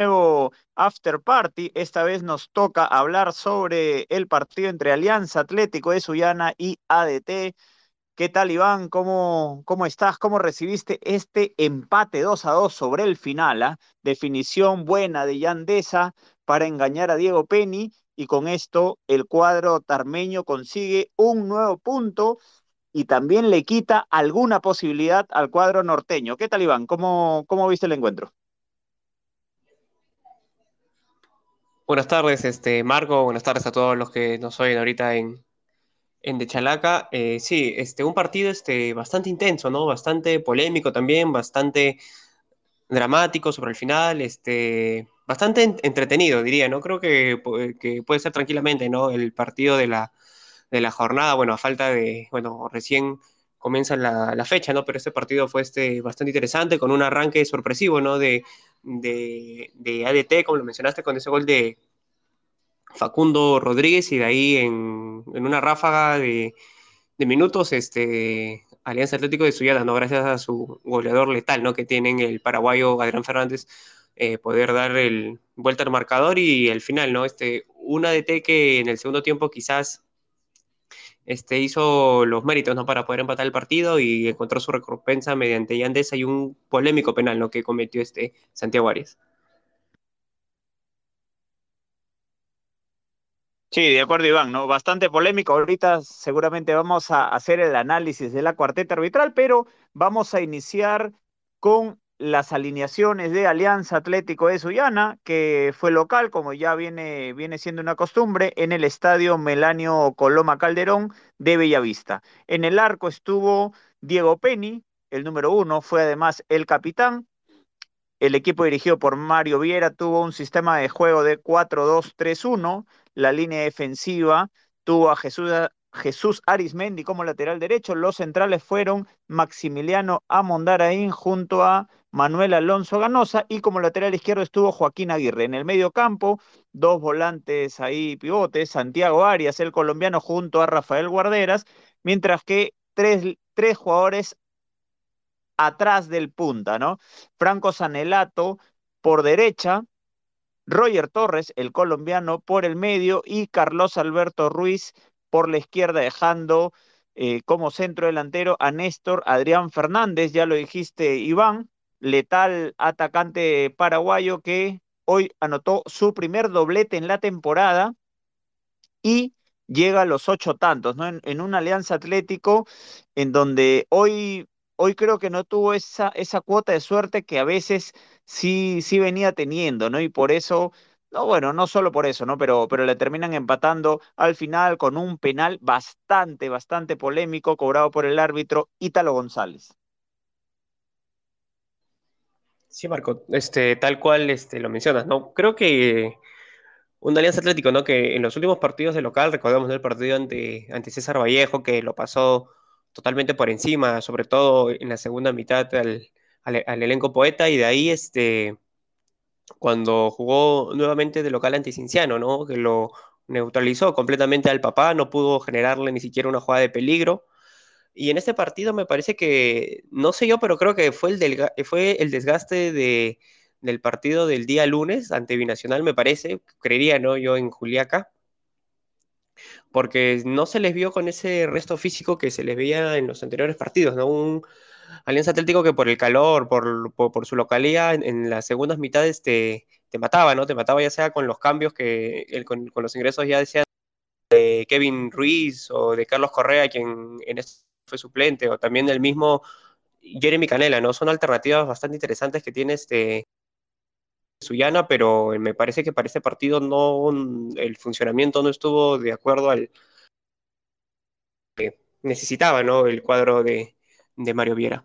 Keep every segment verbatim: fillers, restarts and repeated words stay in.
nuevo After Party. Esta vez nos toca hablar sobre el partido entre Alianza Atlético de Sullana y A D T. ¿Qué tal, Iván? ¿Cómo, cómo estás? ¿Cómo recibiste este empate dos a dos sobre el final? ¿Ah? Definición buena de Yandesa para engañar a Diego Penny y con esto el cuadro tarmeño consigue un nuevo punto y también le quita alguna posibilidad al cuadro norteño. ¿Qué tal, Iván? ¿Cómo, cómo viste el encuentro? Buenas tardes, este, Marco. Buenas tardes a todos los que nos oyen ahorita en, en De Chalaca. Eh, sí, este, un partido este, bastante intenso, ¿no? Bastante polémico también, bastante dramático sobre el final, este, bastante en- entretenido, diría, ¿no? Creo que, pu- que puede ser tranquilamente, ¿no? El partido de la, de la jornada, bueno, a falta de, bueno, recién comienza la, la fecha, ¿no? Pero este partido fue este, bastante interesante, con un arranque sorpresivo, ¿no? De, de, de A D T, como lo mencionaste, con ese gol de Facundo Rodríguez y de ahí en, en una ráfaga de, de minutos, este, Alianza Atlético de Sullana, ¿no? Gracias a su goleador letal, ¿no? Que tienen el paraguayo Adrián Fernández, eh, poder dar el vuelta al marcador y el final, ¿no? Este, un A D T que en el segundo tiempo quizás este, hizo los méritos, ¿no? Para poder empatar el partido y encontró su recompensa mediante Yandesa y un polémico penal, ¿no? Que cometió este Santiago Arias. Sí, de acuerdo, Iván, ¿no? Bastante polémico. Ahorita seguramente vamos a hacer el análisis de la cuarteta arbitral, pero vamos a iniciar con las alineaciones de Alianza Atlético de Sullana, que fue local, como ya viene, viene siendo una costumbre, en el estadio Melanio Coloma Calderón de Bellavista. En el arco estuvo Diego Penny, el número uno, fue además el capitán. El equipo dirigido por Mario Viera tuvo un sistema de juego de cuatro dos tres uno. La línea defensiva tuvo a Jesús, Jesús Arismendi como lateral derecho. Los centrales fueron Maximiliano Amondaraín junto a Manuel Alonso Ganosa y como lateral izquierdo estuvo Joaquín Aguirre. En el medio campo, dos volantes ahí pivotes, Santiago Arias, el colombiano, junto a Rafael Guarderas, mientras que tres, tres jugadores atrás del punta, ¿no? Franco Sanelato por derecha, Roger Torres, el colombiano, por el medio y Carlos Alberto Ruiz por la izquierda, dejando eh, como centro delantero a Néstor Adrián Fernández, ya lo dijiste, Iván, letal atacante paraguayo que hoy anotó su primer doblete en la temporada y llega a los ocho tantos, ¿no? En, en un Alianza Atlético en donde hoy, hoy creo que no tuvo esa, esa cuota de suerte que a veces sí, sí venía teniendo, ¿no? Y por eso, no, bueno, no solo por eso, ¿no? Pero, pero le terminan empatando al final con un penal bastante, bastante polémico cobrado por el árbitro Ítalo González. Sí, Marco, este, tal cual este, lo mencionas, ¿no? Creo que un Alianza Atlético, ¿no? Que en los últimos partidos de local, recordemos, ¿no? El partido ante, ante César Vallejo, que lo pasó totalmente por encima, sobre todo en la segunda mitad al, al- al elenco poeta, y de ahí, este, cuando jugó nuevamente de local ante Cinciano, ¿no? Que lo neutralizó completamente al papá, no pudo generarle ni siquiera una jugada de peligro. Y en este partido me parece que, no sé yo, pero creo que fue el, delga- fue el desgaste de, del partido del día lunes ante Binacional, me parece, creería, ¿no? Yo en Juliaca, porque no se les vio con ese resto físico que se les veía en los anteriores partidos, ¿no? Un Alianza Atlético que por el calor, por, por, por su localidad, en, en las segundas mitades te, te mataba, ¿no? Te mataba ya sea con los cambios que, el- con, con los ingresos ya sea de Kevin Ruiz o de Carlos Correa, quien en este fue suplente, o también del mismo Jeremy Canela, ¿no? Son alternativas bastante interesantes que tiene este Suyana, pero me parece que para este partido no, el funcionamiento no estuvo de acuerdo al que necesitaba, ¿no? El cuadro de, de Mario Viera.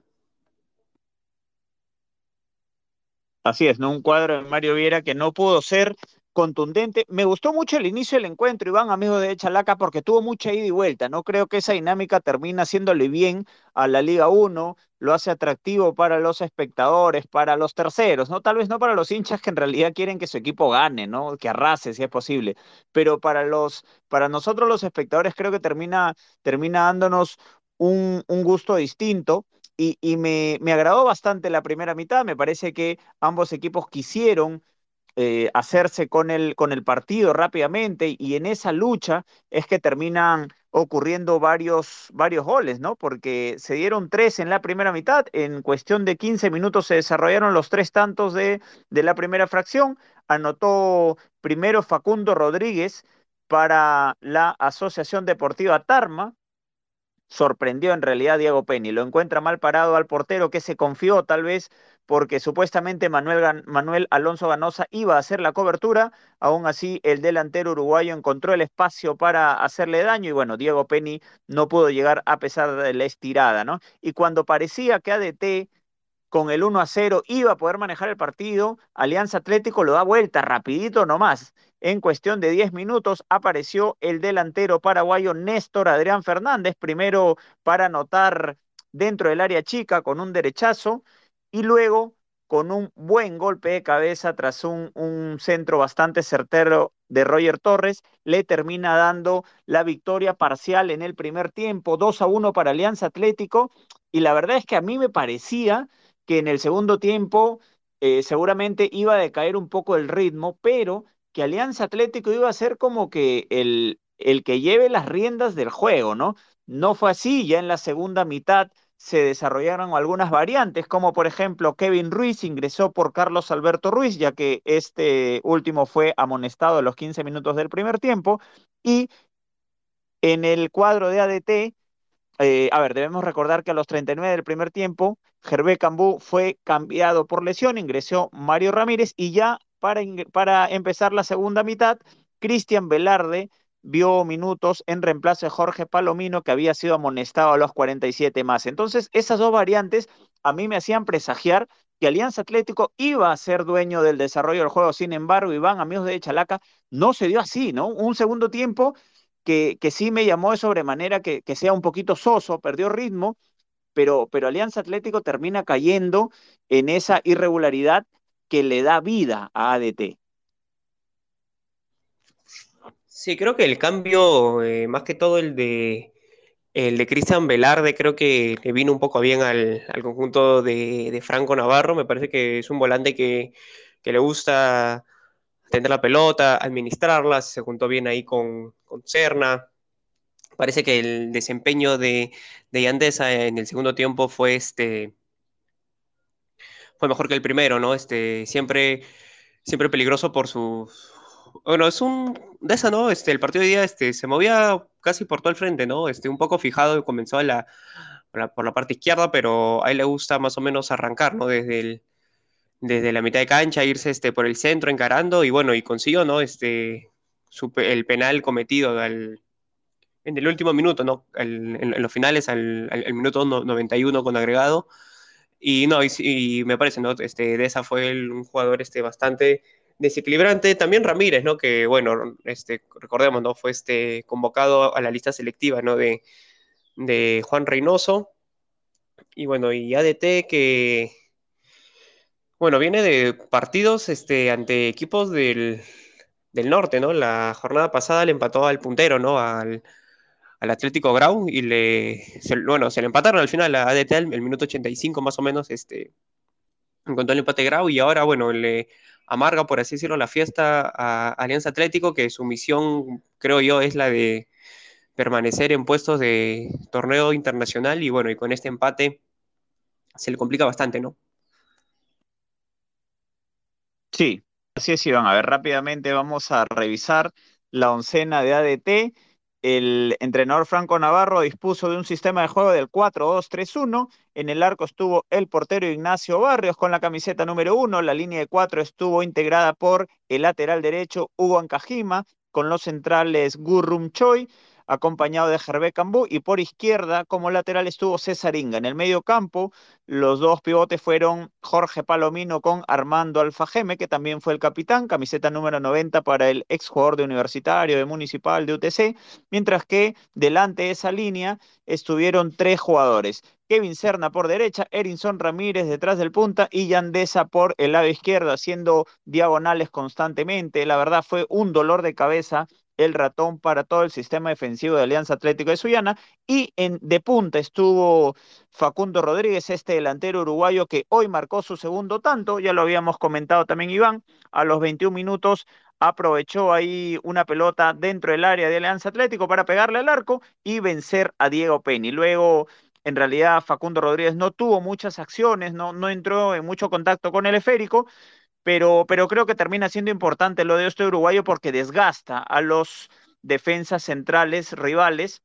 Así es, ¿no? Un cuadro de Mario Viera que no pudo ser contundente. Me gustó mucho el inicio del encuentro, Iván, amigo de Chalaca, porque tuvo mucha ida y vuelta. No creo que esa dinámica termina haciéndole bien a la Liga Uno, lo hace atractivo para los espectadores, para los terceros, ¿no? Tal vez no para los hinchas que en realidad quieren que su equipo gane, ¿no? Que arrase si es posible. Pero para los, para nosotros los espectadores creo que termina, termina dándonos un, un gusto distinto. Y, y me, me agradó bastante la primera mitad, me parece que ambos equipos quisieron eh, hacerse con el, con el partido rápidamente y en esa lucha es que terminan ocurriendo varios, varios goles, ¿no? Porque se dieron tres en la primera mitad, en cuestión de quince minutos se desarrollaron los tres tantos de, de la primera fracción, anotó primero Facundo Rodríguez para la Asociación Deportiva Tarma, sorprendió en realidad Diego Penny. Lo encuentra mal parado al portero que se confió tal vez porque supuestamente Manuel, Gan- Manuel Alonso Ganosa iba a hacer la cobertura. Aún así, el delantero uruguayo encontró el espacio para hacerle daño y bueno, Diego Penny no pudo llegar a pesar de la estirada, ¿no? Y cuando parecía que A D T con el uno a cero iba a poder manejar el partido, Alianza Atlético lo da vuelta rapidito nomás. En cuestión de diez minutos apareció el delantero paraguayo Néstor Adrián Fernández, primero para anotar dentro del área chica con un derechazo y luego con un buen golpe de cabeza tras un, un centro bastante certero de Roger Torres, le termina dando la victoria parcial en el primer tiempo, dos a uno para Alianza Atlético, y la verdad es que a mí me parecía que en el segundo tiempo eh, seguramente iba a decaer un poco el ritmo, pero que Alianza Atlético iba a ser como que el, el que lleve las riendas del juego, ¿no? No fue así, ya en la segunda mitad se desarrollaron algunas variantes, como por ejemplo Kevin Ruiz ingresó por Carlos Alberto Ruiz, ya que este último fue amonestado a los quince minutos del primer tiempo, y en el cuadro de A D T eh, a ver, debemos recordar que a los treinta y nueve del primer tiempo, Gervé Cambú fue cambiado por lesión, ingresó Mario Ramírez y ya para, para empezar la segunda mitad, Cristian Velarde vio minutos en reemplazo de Jorge Palomino, que había sido amonestado a los cuarenta y siete más. Entonces, esas dos variantes a mí me hacían presagiar que Alianza Atlético iba a ser dueño del desarrollo del juego. Sin embargo, Iván, amigos de Chalaca, no se dio así, ¿no? Un segundo tiempo que, que sí me llamó de sobremanera que, que sea un poquito soso, perdió ritmo, pero, pero Alianza Atlético termina cayendo en esa irregularidad que le da vida a A D T. Sí, creo que el cambio, eh, más que todo el de el de Cristian Velarde, creo que le vino un poco bien al, al conjunto de, de Franco Navarro. Me parece que es un volante que, que le gusta tener la pelota, administrarla, se juntó bien ahí con, con Serna. Parece que el desempeño de, de Yandesa en el segundo tiempo fue, este, fue mejor que el primero, ¿no? Este, siempre, siempre peligroso por su... Bueno, es un... De esa, ¿no? Este, el partido de día este, se movía casi por todo el frente, ¿no? Este, un poco fijado, comenzó a la, por la, por la parte izquierda, pero a él le gusta más o menos arrancar, ¿no? Desde el, desde la mitad de cancha, irse este, por el centro encarando y bueno, y consiguió, ¿no? Este, su, el penal cometido al, en el último minuto, ¿no? El, en, en, los finales, al, al, al minuto no, noventa y uno con agregado. Y no, y, y me parece, ¿no? Este, Deza fue el, un jugador este, bastante desequilibrante. También Ramírez, ¿no? Que, bueno, este, recordemos, ¿no? Fue este, convocado a la lista selectiva, ¿no? De, de Juan Reynoso. Y bueno, y A D T que, bueno, viene de partidos este, ante equipos del, del norte, ¿no? La jornada pasada le empató al puntero, ¿no? Al, al Atlético Grau y le, se, bueno, se le empataron al final a A D T el, el minuto ochenta y cinco más o menos, este, encontró el empate Grau y ahora, bueno, le amarga, por así decirlo, la fiesta a Alianza Atlético, que su misión, creo yo, es la de permanecer en puestos de torneo internacional y bueno, y con este empate se le complica bastante, ¿no? Sí, así es, Iván. A ver, rápidamente vamos a revisar la oncena de A D T. El entrenador Franco Navarro dispuso de un sistema de juego del cuatro dos tres uno. En el arco estuvo el portero Ignacio Barrios con la camiseta número uno. La línea de cuatro estuvo integrada por el lateral derecho Hugo Ancajima, con los centrales Gurrum Choi, acompañado de Gervé Cambú, y por izquierda como lateral estuvo César Inga. En el medio campo los dos pivotes fueron Jorge Palomino con Armando Alfajeme, que también fue el capitán, camiseta número noventa para el exjugador de Universitario, de Municipal, de U T C, mientras que delante de esa línea estuvieron tres jugadores. Kevin Serna por derecha, Erinson Ramírez detrás del punta y Yandesa por el lado izquierdo, haciendo diagonales constantemente. La verdad fue un dolor de cabeza el ratón para todo el sistema defensivo de Alianza Atlético de Sullana. Y en, de punta estuvo Facundo Rodríguez, este delantero uruguayo que hoy marcó su segundo tanto, ya lo habíamos comentado también Iván, a los veintiún minutos aprovechó ahí una pelota dentro del área de Alianza Atlético para pegarle al arco y vencer a Diego Penny. Luego, en realidad, Facundo Rodríguez no tuvo muchas acciones, no, no entró en mucho contacto con el esférico, pero, pero creo que termina siendo importante lo de este uruguayo porque desgasta a los defensas centrales rivales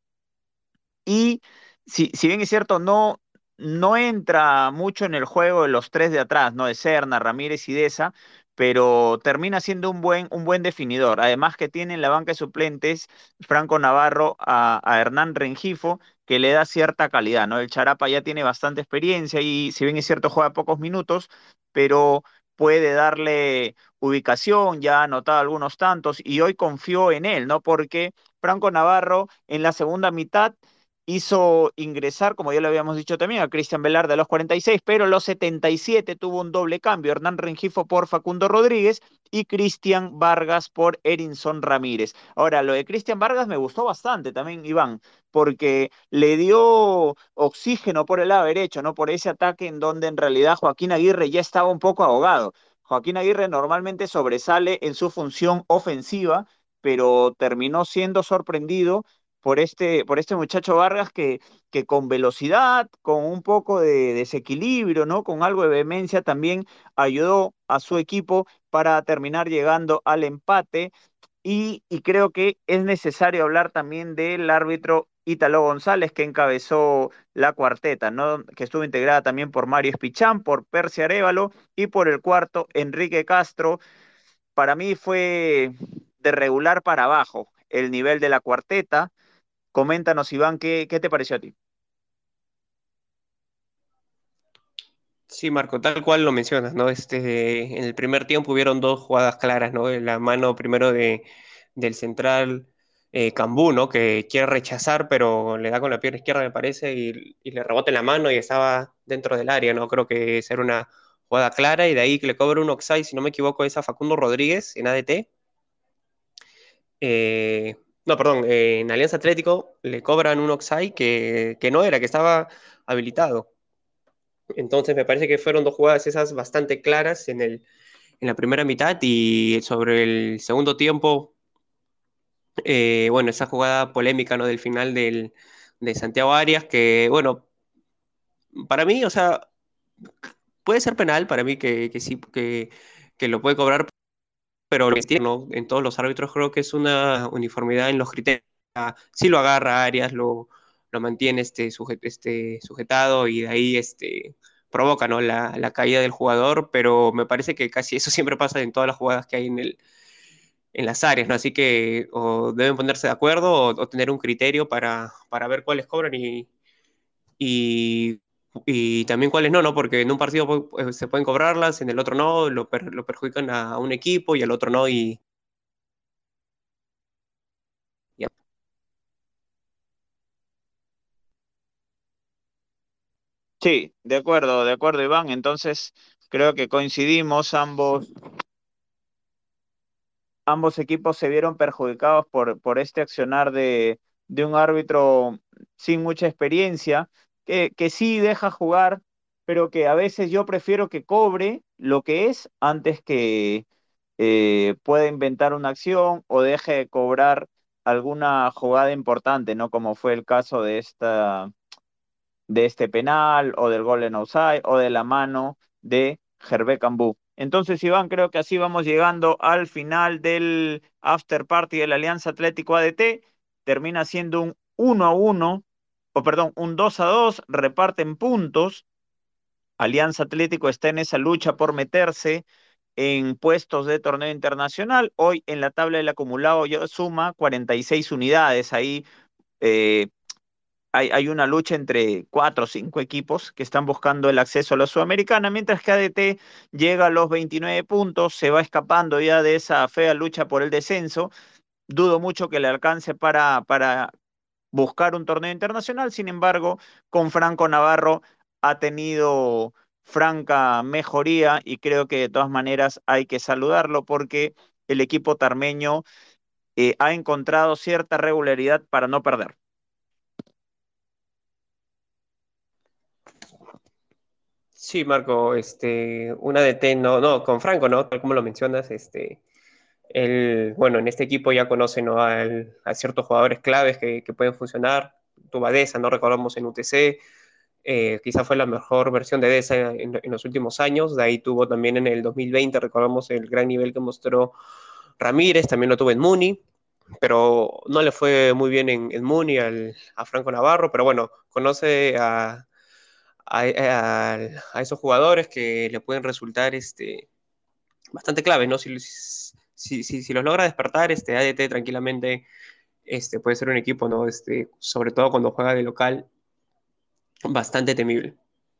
y si, si bien es cierto, no, no entra mucho en el juego de los tres de atrás, ¿no? De Serna, Ramírez y Deza, pero termina siendo un buen, un buen definidor. Además que tiene en la banca de suplentes Franco Navarro a, a Hernán Rengifo, que le da cierta calidad, ¿no? El Charapa ya tiene bastante experiencia y si bien es cierto juega pocos minutos, pero puede darle ubicación, ya ha anotado algunos tantos y hoy confío en él, ¿no? Porque Franco Navarro en la segunda mitad hizo ingresar, como ya lo habíamos dicho también, a Cristian Velarde a los cuarenta y seis, pero a los setenta y siete tuvo un doble cambio, Hernán Rengifo por Facundo Rodríguez y Cristian Vargas por Erinson Ramírez. Ahora, lo de Cristian Vargas me gustó bastante también, Iván, porque le dio oxígeno por el lado derecho, ¿no? Por ese ataque en donde en realidad Joaquín Aguirre ya estaba un poco ahogado. Joaquín Aguirre normalmente sobresale en su función ofensiva, pero terminó siendo sorprendido por este, por este muchacho Vargas que, que con velocidad, con un poco de desequilibrio, ¿no? Con algo de vehemencia también ayudó a su equipo para terminar llegando al empate. Y, y creo que es necesario hablar también del árbitro Ítalo González, que encabezó la cuarteta, ¿no? Que estuvo integrada también por Mario Espichán, por Percy Arévalo y por el cuarto, Enrique Castro. Para mí fue de regular para abajo el nivel de la cuarteta. Coméntanos, Iván, ¿qué, qué te pareció a ti? Sí, Marco, tal cual lo mencionas, ¿no? Este, en el primer tiempo hubieron dos jugadas claras, ¿no? La mano primero de, del central eh, Cambú, ¿no? Que quiere rechazar, pero le da con la pierna izquierda, me parece, y, y le rebota en la mano y estaba dentro del área, ¿no? Creo que esa era una jugada clara y de ahí que le cobra un offside, si no me equivoco, es a Facundo Rodríguez en A D T. Eh, no, perdón, eh, en Alianza Atlético le cobran un offside que, que no era, que estaba habilitado. Entonces me parece que fueron dos jugadas esas bastante claras en el, en la primera mitad y sobre el segundo tiempo, eh, bueno, esa jugada polémica, ¿no? Del final del, de Santiago Arias, que, bueno, para mí, o sea, puede ser penal, para mí que, que sí, que, que lo puede cobrar, pero lo que ¿no? En todos los árbitros creo que es una uniformidad en los criterios. Si lo agarra Arias, lo, lo mantiene este, sujet, este, sujetado y de ahí este, provoca, ¿no? la, la caída del jugador, pero me parece que casi eso siempre pasa en todas las jugadas que hay en, el, en las áreas, ¿no? Así que o deben ponerse de acuerdo o, o tener un criterio para, para ver cuáles cobran y, y, y también cuáles no, ¿no? Porque en un partido eh, se pueden cobrarlas, en el otro no, lo, per, lo perjudican a, a, un equipo y al otro no y... y Sí, de acuerdo, de acuerdo, Iván. Entonces, creo que coincidimos, ambos, ambos equipos se vieron perjudicados por, por este accionar de, de un árbitro sin mucha experiencia, que, que sí deja jugar, pero que a veces yo prefiero que cobre lo que es antes que eh, pueda inventar una acción o deje de cobrar alguna jugada importante, ¿no? Como fue el caso de esta de este penal o del gol en offside o de la mano de Gervé Cambú. Entonces, Iván, creo que así vamos llegando al final del after party de la Alianza Atlético A D T. Termina siendo un uno a uno, o perdón, un dos a dos, reparten puntos. Alianza Atlético está en esa lucha por meterse en puestos de torneo internacional. Hoy en la tabla del acumulado ya suma cuarenta y seis unidades. Ahí eh, hay, hay una lucha entre cuatro o cinco equipos que están buscando el acceso a la Sudamericana, mientras que A D T llega a los veintinueve puntos, se va escapando ya de esa fea lucha por el descenso. Dudo mucho que le alcance para, para buscar un torneo internacional, sin embargo, con Franco Navarro ha tenido franca mejoría y creo que de todas maneras hay que saludarlo porque el equipo tarmeño eh, ha encontrado cierta regularidad para no perder. Sí, Marco, este, una D T, no, no, con Franco, ¿no? Tal como lo mencionas, este, él, bueno, en este equipo ya conoce, ¿no? Al- a ciertos jugadores claves que, que pueden funcionar. Tuvo a Deza, ¿no? Recordamos en U T C, eh, quizá fue la mejor versión de Deza en, en los últimos años. De ahí tuvo también en el dos mil veinte, recordamos el gran nivel que mostró Ramírez, también lo tuvo en Muni, pero no le fue muy bien en, en Muni al, a Franco Navarro, pero bueno, conoce a, a, a, a esos jugadores que le pueden resultar este, bastante clave, ¿no? Si, si, si, si los logra despertar, este A D T tranquilamente este, puede ser un equipo, ¿no? Este, sobre todo cuando juega de local, bastante temible.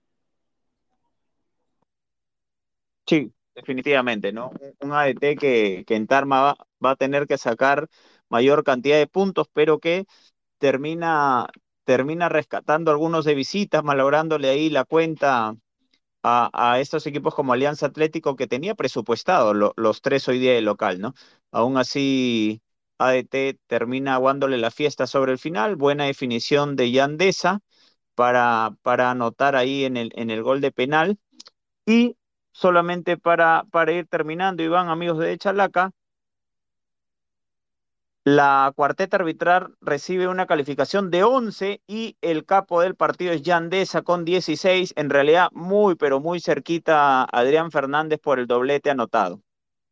Sí, definitivamente, ¿no? Un un A D T que, que en Tarma va, va a tener que sacar mayor cantidad de puntos, pero que termina, termina rescatando algunos de visitas, malográndole ahí la cuenta a, a estos equipos como Alianza Atlético que tenía presupuestado lo- los tres hoy día de local, ¿no? Aún así, A D T termina aguándole la fiesta sobre el final, buena definición de Yandesa para, para anotar ahí en el, en el gol de penal. Y solamente para, para ir terminando, Iván, amigos de Chalaca, la cuarteta arbitral recibe una calificación de once y el capo del partido es Yandesa con dieciséis. En realidad, muy, pero muy cerquita a Adrián Fernández por el doblete anotado.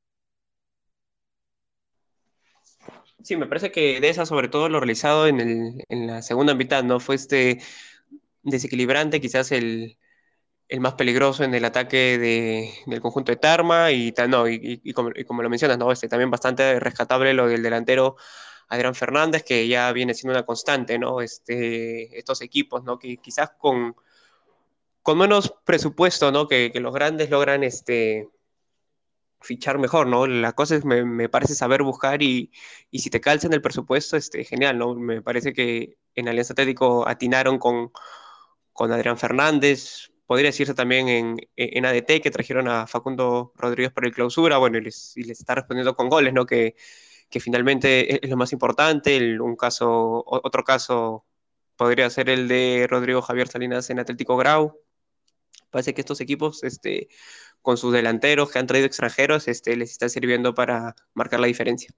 Sí, me parece que de esa, sobre todo lo realizado en, el, en la segunda mitad, ¿no? Fue este desequilibrante, quizás el, el más peligroso en el ataque de, del conjunto de Tarma y, ta- no, y, y- y como, y como lo mencionas, ¿no? Este, también bastante rescatable lo del delantero Adrián Fernández, que ya viene siendo una constante, ¿no? Este, estos equipos, ¿no? Que quizás con, con menos presupuesto, ¿no? Que, que los grandes logran este, fichar mejor, ¿no? La cosa es, me, me parece saber buscar y, y si te calza en el presupuesto, este, genial, ¿no? Me parece que en Alianza Atlético atinaron con, con Adrián Fernández, podría decirse también en, en A D T que trajeron a Facundo Rodríguez para el clausura, bueno, y les, y les está respondiendo con goles, ¿no? Que, que finalmente es, es lo más importante. El, un caso, o- otro caso podría ser el de Rodrigo Javier Salinas en Atlético Grau. Parece que estos equipos, este, con sus delanteros que han traído extranjeros, este, les está sirviendo para marcar la diferencia.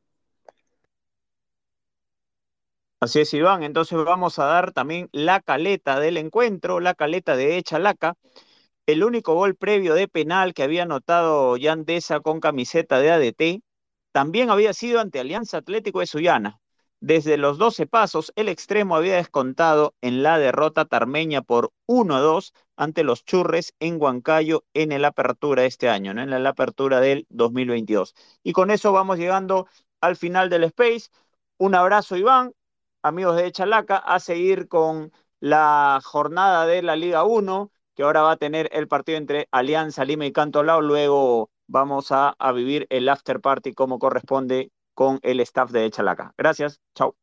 Así es, Iván. Entonces vamos a dar también la caleta del encuentro, la caleta de Echalaca. El único gol previo de penal que había anotado Jan Deza con camiseta de A D T también había sido ante Alianza Atlético de Sullana. Desde los doce pasos, el extremo había descontado en la derrota tarmeña por uno a dos ante los Churres en Huancayo en el Apertura de este año, ¿no? En la Apertura del dos mil veintidós. Y con eso vamos llegando al final del Space. Un abrazo, Iván, amigos de Chalaca, a seguir con la jornada de la Liga uno que ahora va a tener el partido entre Alianza Lima y Cantolao. Luego vamos a, a vivir el after party como corresponde con el staff de Chalaca. Gracias, chao.